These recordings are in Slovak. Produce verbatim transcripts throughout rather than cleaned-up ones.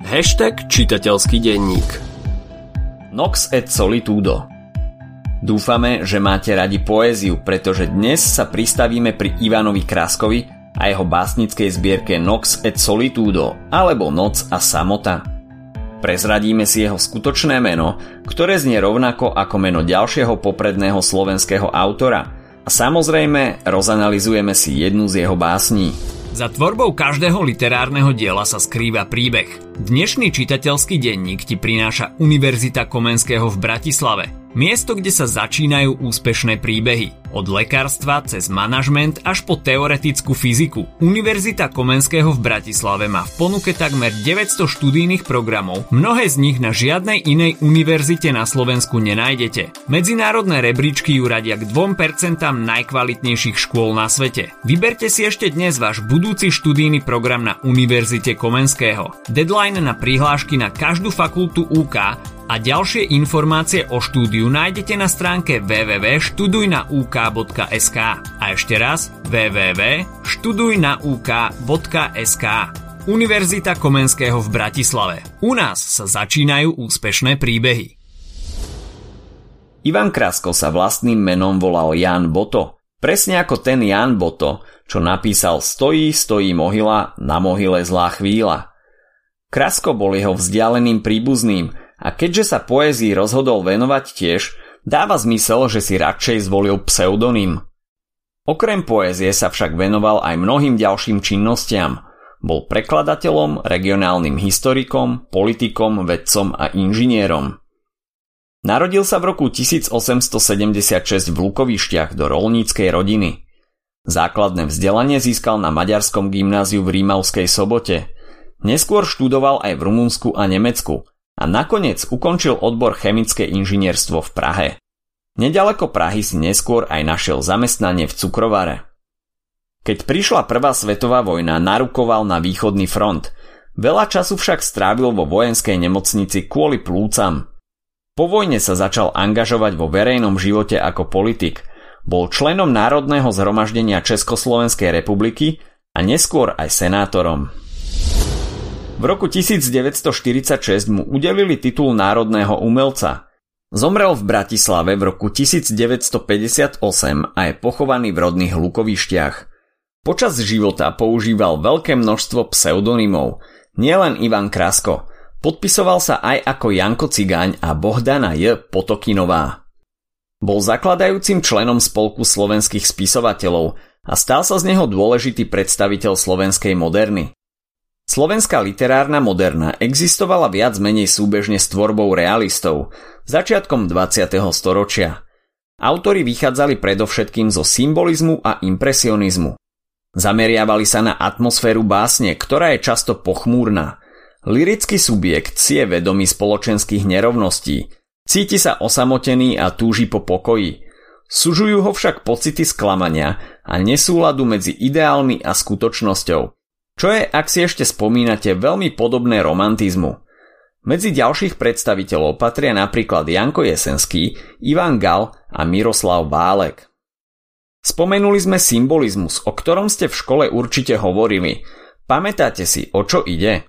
Hashtag čitateľský denník. Nox et solitudo. Dúfame, že máte radi poéziu, pretože dnes sa pristavíme pri Ivanovi Kraskovi a jeho básnickej zbierke Nox et solitudo, alebo Noc a samota. Prezradíme si jeho skutočné meno, ktoré znie rovnako ako meno ďalšieho popredného slovenského autora, a samozrejme rozanalizujeme si jednu z jeho básní. Za tvorbou každého literárneho diela sa skrýva príbeh. Dnešný čitateľský denník ti prináša Univerzita Komenského v Bratislave. Miesto, kde sa začínajú úspešné príbehy. Od lekárstva cez manažment až po teoretickú fyziku. Univerzita Komenského v Bratislave má v ponuke takmer deväťsto študijných programov. Mnohé z nich na žiadnej inej univerzite na Slovensku nenájdete. Medzinárodné rebríčky ju radia k dvom percentám najkvalitnejších škôl na svete. Vyberte si ešte dnes váš budúci študijný program na Univerzite Komenského. Deadline na prihlášky na každú fakultu ú ká a ďalšie informácie o štúdiu nájdete na stránke w w w bodka študuj na u k bodka es ká. A ešte raz w w w bodka študuj na u k bodka es ká. Univerzita Komenského v Bratislave. U nás sa začínajú úspešné príbehy. Ivan Krasko sa vlastným menom volal Ján Boto. Presne ako ten Ján Boto, čo napísal Stojí, stojí mohyla, na mohyle zlá chvíľa. Krasko bol jeho vzdialeným príbuzným a keďže sa poézii rozhodol venovať tiež, dáva zmysel, že si radšej zvolil pseudonym. Okrem poézie sa však venoval aj mnohým ďalším činnostiam. Bol prekladateľom, regionálnym historikom, politikom, vedcom a inžinierom. Narodil sa v roku tisícosemstosedemdesiatšesť v Lukovištiach do roľníckej rodiny. Základné vzdelanie získal na maďarskom gymnáziu v Rímavskej Sobote. Neskôr študoval aj v Rumunsku a Nemecku a nakoniec ukončil odbor chemické inžinierstvo v Prahe. Nedaleko Prahy si neskôr aj našiel zamestnanie v cukrovare. Keď prišla prvá svetová vojna, narukoval na východný front. Veľa času však strávil vo vojenskej nemocnici kvôli plúcam. Po vojne sa začal angažovať vo verejnom živote ako politik. Bol členom Národného zhromaždenia Československej republiky a neskôr aj senátorom. V roku tisícdeväťstoštyridsaťšesť mu udelili titul národného umelca. Zomrel v Bratislave v roku tisícdeväťstopäťdesiatosem a je pochovaný v rodných Lukovištiach. Počas života používal veľké množstvo pseudonymov, nielen Ivan Krasko. Podpisoval sa aj ako Janko Cigáň a Bohdana J. Potokinová. Bol zakladajúcim členom Spolku slovenských spisovateľov a stal sa z neho dôležitý predstaviteľ slovenskej moderny. Slovenská literárna moderna existovala viac menej súbežne s tvorbou realistov začiatkom dvadsiateho storočia. Autori vychádzali predovšetkým zo symbolizmu a impresionizmu. Zameriavali sa na atmosféru básne, ktorá je často pochmúrna. Lyrický subjekt si je vedomý spoločenských nerovností, cíti sa osamotený a túži po pokoji. Sužujú ho však pocity sklamania a nesúladu medzi ideálmi a skutočnosťou, čo je, ak si ešte spomínate, veľmi podobné romantizmu. Medzi ďalších predstaviteľov patria napríklad Janko Jesenský, Ivan Gal a Miroslav Válek. Spomenuli sme symbolizmus, o ktorom ste v škole určite hovorili. Pamätáte si, o čo ide?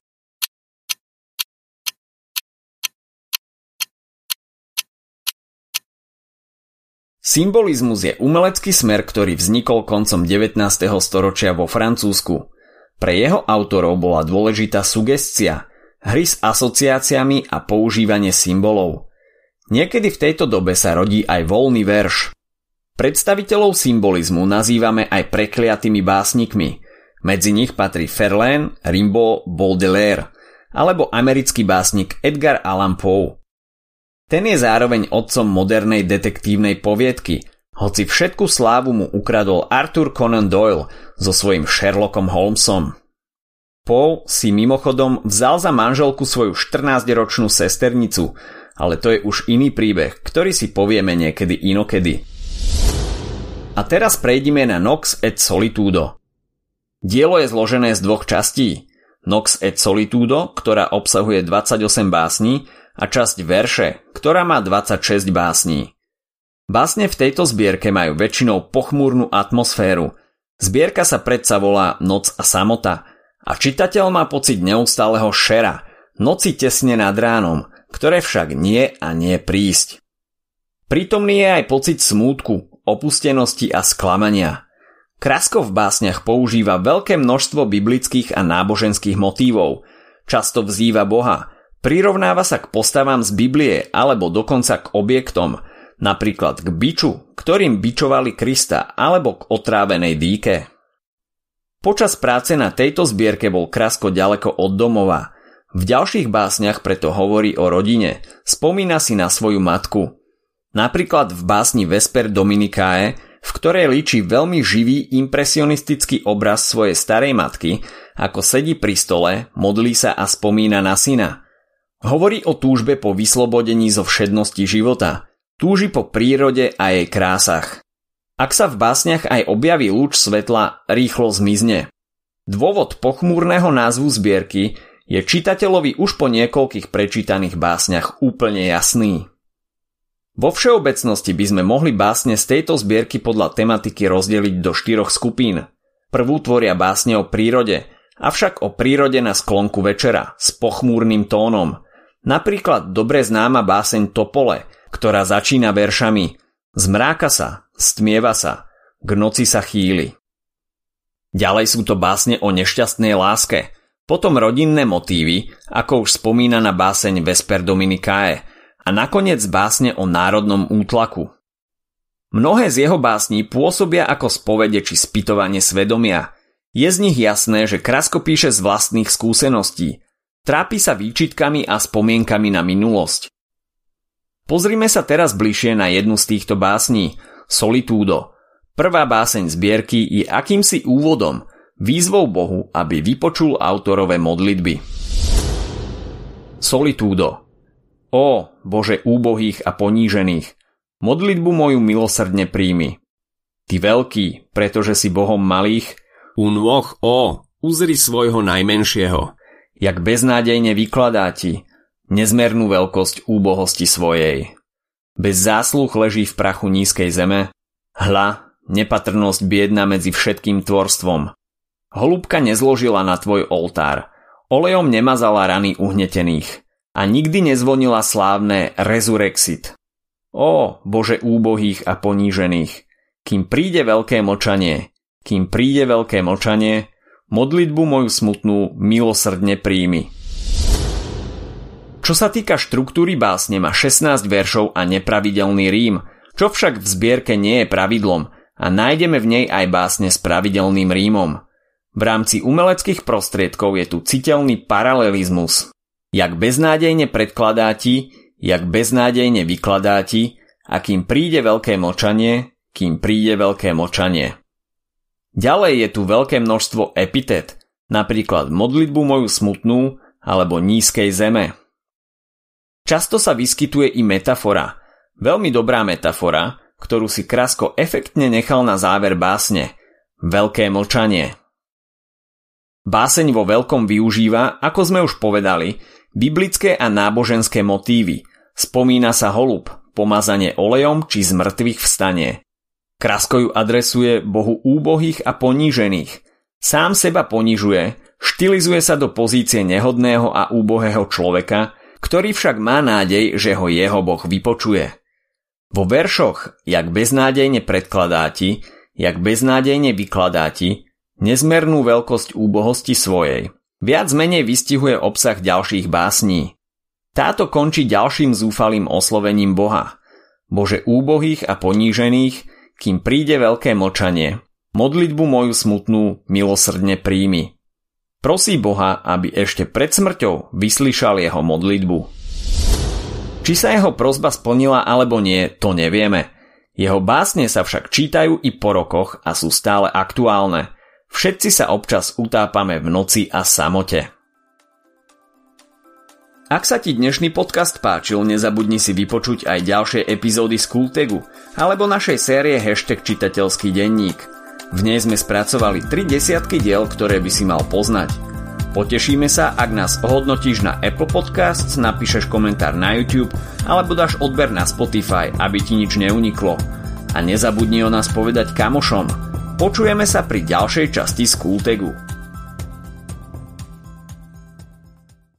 Symbolizmus je umelecký smer, ktorý vznikol koncom devätnásteho storočia vo Francúzsku. Pre jeho autorov bola dôležitá sugestia, hry s asociáciami a používanie symbolov. Niekedy v tejto dobe sa rodí aj voľný verš. Predstaviteľov symbolizmu nazývame aj prekliatými básnikmi. Medzi nich patrí Verlaine, Rimbaud, Baudelaire alebo americký básnik Edgar Allan Poe. Ten je zároveň otcom modernej detektívnej poviedky, hoci všetku slávu mu ukradol Arthur Conan Doyle so svojím Sherlockom Holmesom. Poe si mimochodom vzal za manželku svoju štrnásťročnú sesternicu, ale to je už iný príbeh, ktorý si povieme niekedy inokedy. A teraz prejdime na Nox et solitudo. Dielo je zložené z dvoch častí. Nox et solitudo, ktorá obsahuje dvadsaťosem básní, a časť verše, ktorá má dvadsaťšesť básní. Básne v tejto zbierke majú väčšinou pochmúrnu atmosféru. Zbierka sa predsa volá Noc a samota a čitateľ má pocit neustáleho šera, noci tesne nad ránom, ktoré však nie a nie prísť. Prítomný je aj pocit smútku, opustenosti a sklamania. Krasko v básniach používa veľké množstvo biblických a náboženských motívov, často vzýva Boha, prirovnáva sa k postavám z Biblie alebo dokonca k objektom, napríklad k biču, ktorým bičovali Krista, alebo k otrávenej dýke. Počas práce na tejto zbierke bol Krasko ďaleko od domova. V ďalších básniach preto hovorí o rodine, spomína si na svoju matku. Napríklad v básni Vesper Dominicae, v ktorej líči veľmi živý impresionistický obraz svojej starej matky, ako sedí pri stole, modlí sa a spomína na syna. Hovorí o túžbe po vyslobodení zo všednosti života, túži po prírode a jej krásach. Ak sa v básniach aj objaví lúč svetla, rýchlo zmizne. Dôvod pochmúrneho názvu zbierky je čitateľovi už po niekoľkých prečítaných básniach úplne jasný. Vo všeobecnosti by sme mohli básne z tejto zbierky podľa tematiky rozdeliť do štyroch skupín. Prvú tvoria básne o prírode, avšak o prírode na sklonku večera, s pochmúrnym tónom. Napríklad dobre známa báseň Topole, ktorá začína veršami Zmráka sa, stmieva sa, k noci sa chýli. Ďalej sú to básne o nešťastnej láske, potom rodinné motívy, ako už spomínaná báseň Vesper Dominicae, a nakoniec básne o národnom útlaku. Mnohé z jeho básní pôsobia ako spovede či spytovanie svedomia. Je z nich jasné, že Krasko píše z vlastných skúseností. Trápi sa výčitkami a spomienkami na minulosť. Pozrime sa teraz bližšie na jednu z týchto básní, Solitúdo. Prvá báseň zbierky je akýmsi úvodom, výzvou Bohu, aby vypočul autorové modlitby. Solitúdo. Ó, Bože úbohých a ponížených, modlitbu moju milosrdne príjmi. Ty veľký, pretože si Bohom malých, u nôh, ó, uzri svojho najmenšieho. Jak beznádejne vykladá ti nezmernú veľkosť úbohosti svojej. Bez zásluh leží v prachu nízkej zeme, hľa, nepatrnosť biedna medzi všetkým tvorstvom. Holúbka nezložila na tvoj oltár, olejom nemazala rany uhnetených, a nikdy nezvonila slávne Resurrexit. Ó, Bože úbohých a ponížených, kým príde veľké mlčanie, kým príde veľké mlčanie, modlitbu moju smutnú milosrdne príjmi. Čo sa týka štruktúry básne, má šestnásť veršov a nepravidelný rím, čo však v zbierke nie je pravidlom a nájdeme v nej aj básne s pravidelným rímom. V rámci umeleckých prostriedkov je tu citeľný paralelizmus. Jak beznádejne predkladá ti, jak beznádejne vykladá ti, a kým príde veľké mlčanie, kým príde veľké mlčanie. Ďalej je tu veľké množstvo epitet, napríklad modlitbu moju smutnú alebo nízkej zeme. Často sa vyskytuje i metafora, veľmi dobrá metafora, ktorú si Krasko efektne nechal na záver básne, veľké mlčanie. Báseň vo veľkom využíva, ako sme už povedali, biblické a náboženské motívy. Spomína sa holub, pomazanie olejom či z mŕtvych vstanie. Krasko ju adresuje Bohu úbohých a ponížených. Sám seba ponižuje, štilizuje sa do pozície nehodného a úbohého človeka, ktorý však má nádej, že ho jeho Boh vypočuje. Vo veršoch, jak beznádejne predkladá ti, jak beznádejne vykladá ti, nezmernú veľkosť úbohosti svojej. Viac menej vystihuje obsah ďalších básní. Táto končí ďalším zúfalým oslovením Boha. Bože úbohých a ponížených, kým príde veľké mlčanie, modlitbu moju smutnú milosrdne príjmi. Prosí Boha, aby ešte pred smrťou vyslyšal jeho modlitbu. Či sa jeho prosba splnila alebo nie, to nevieme. Jeho básne sa však čítajú i po rokoch a sú stále aktuálne. Všetci sa občas utápame v noci a samote. Ak sa ti dnešný podcast páčil, nezabudni si vypočuť aj ďalšie epizódy z Kultegu alebo našej série hashtag čitateľský denník. V nej sme spracovali tri desiatky diel, ktoré by si mal poznať. Potešíme sa, ak nás ohodnotíš na Apple Podcasts, napíšeš komentár na YouTube alebo dáš odber na Spotify, aby ti nič neuniklo. A nezabudni o nás povedať kamošom. Počujeme sa pri ďalšej časti z Kultegu.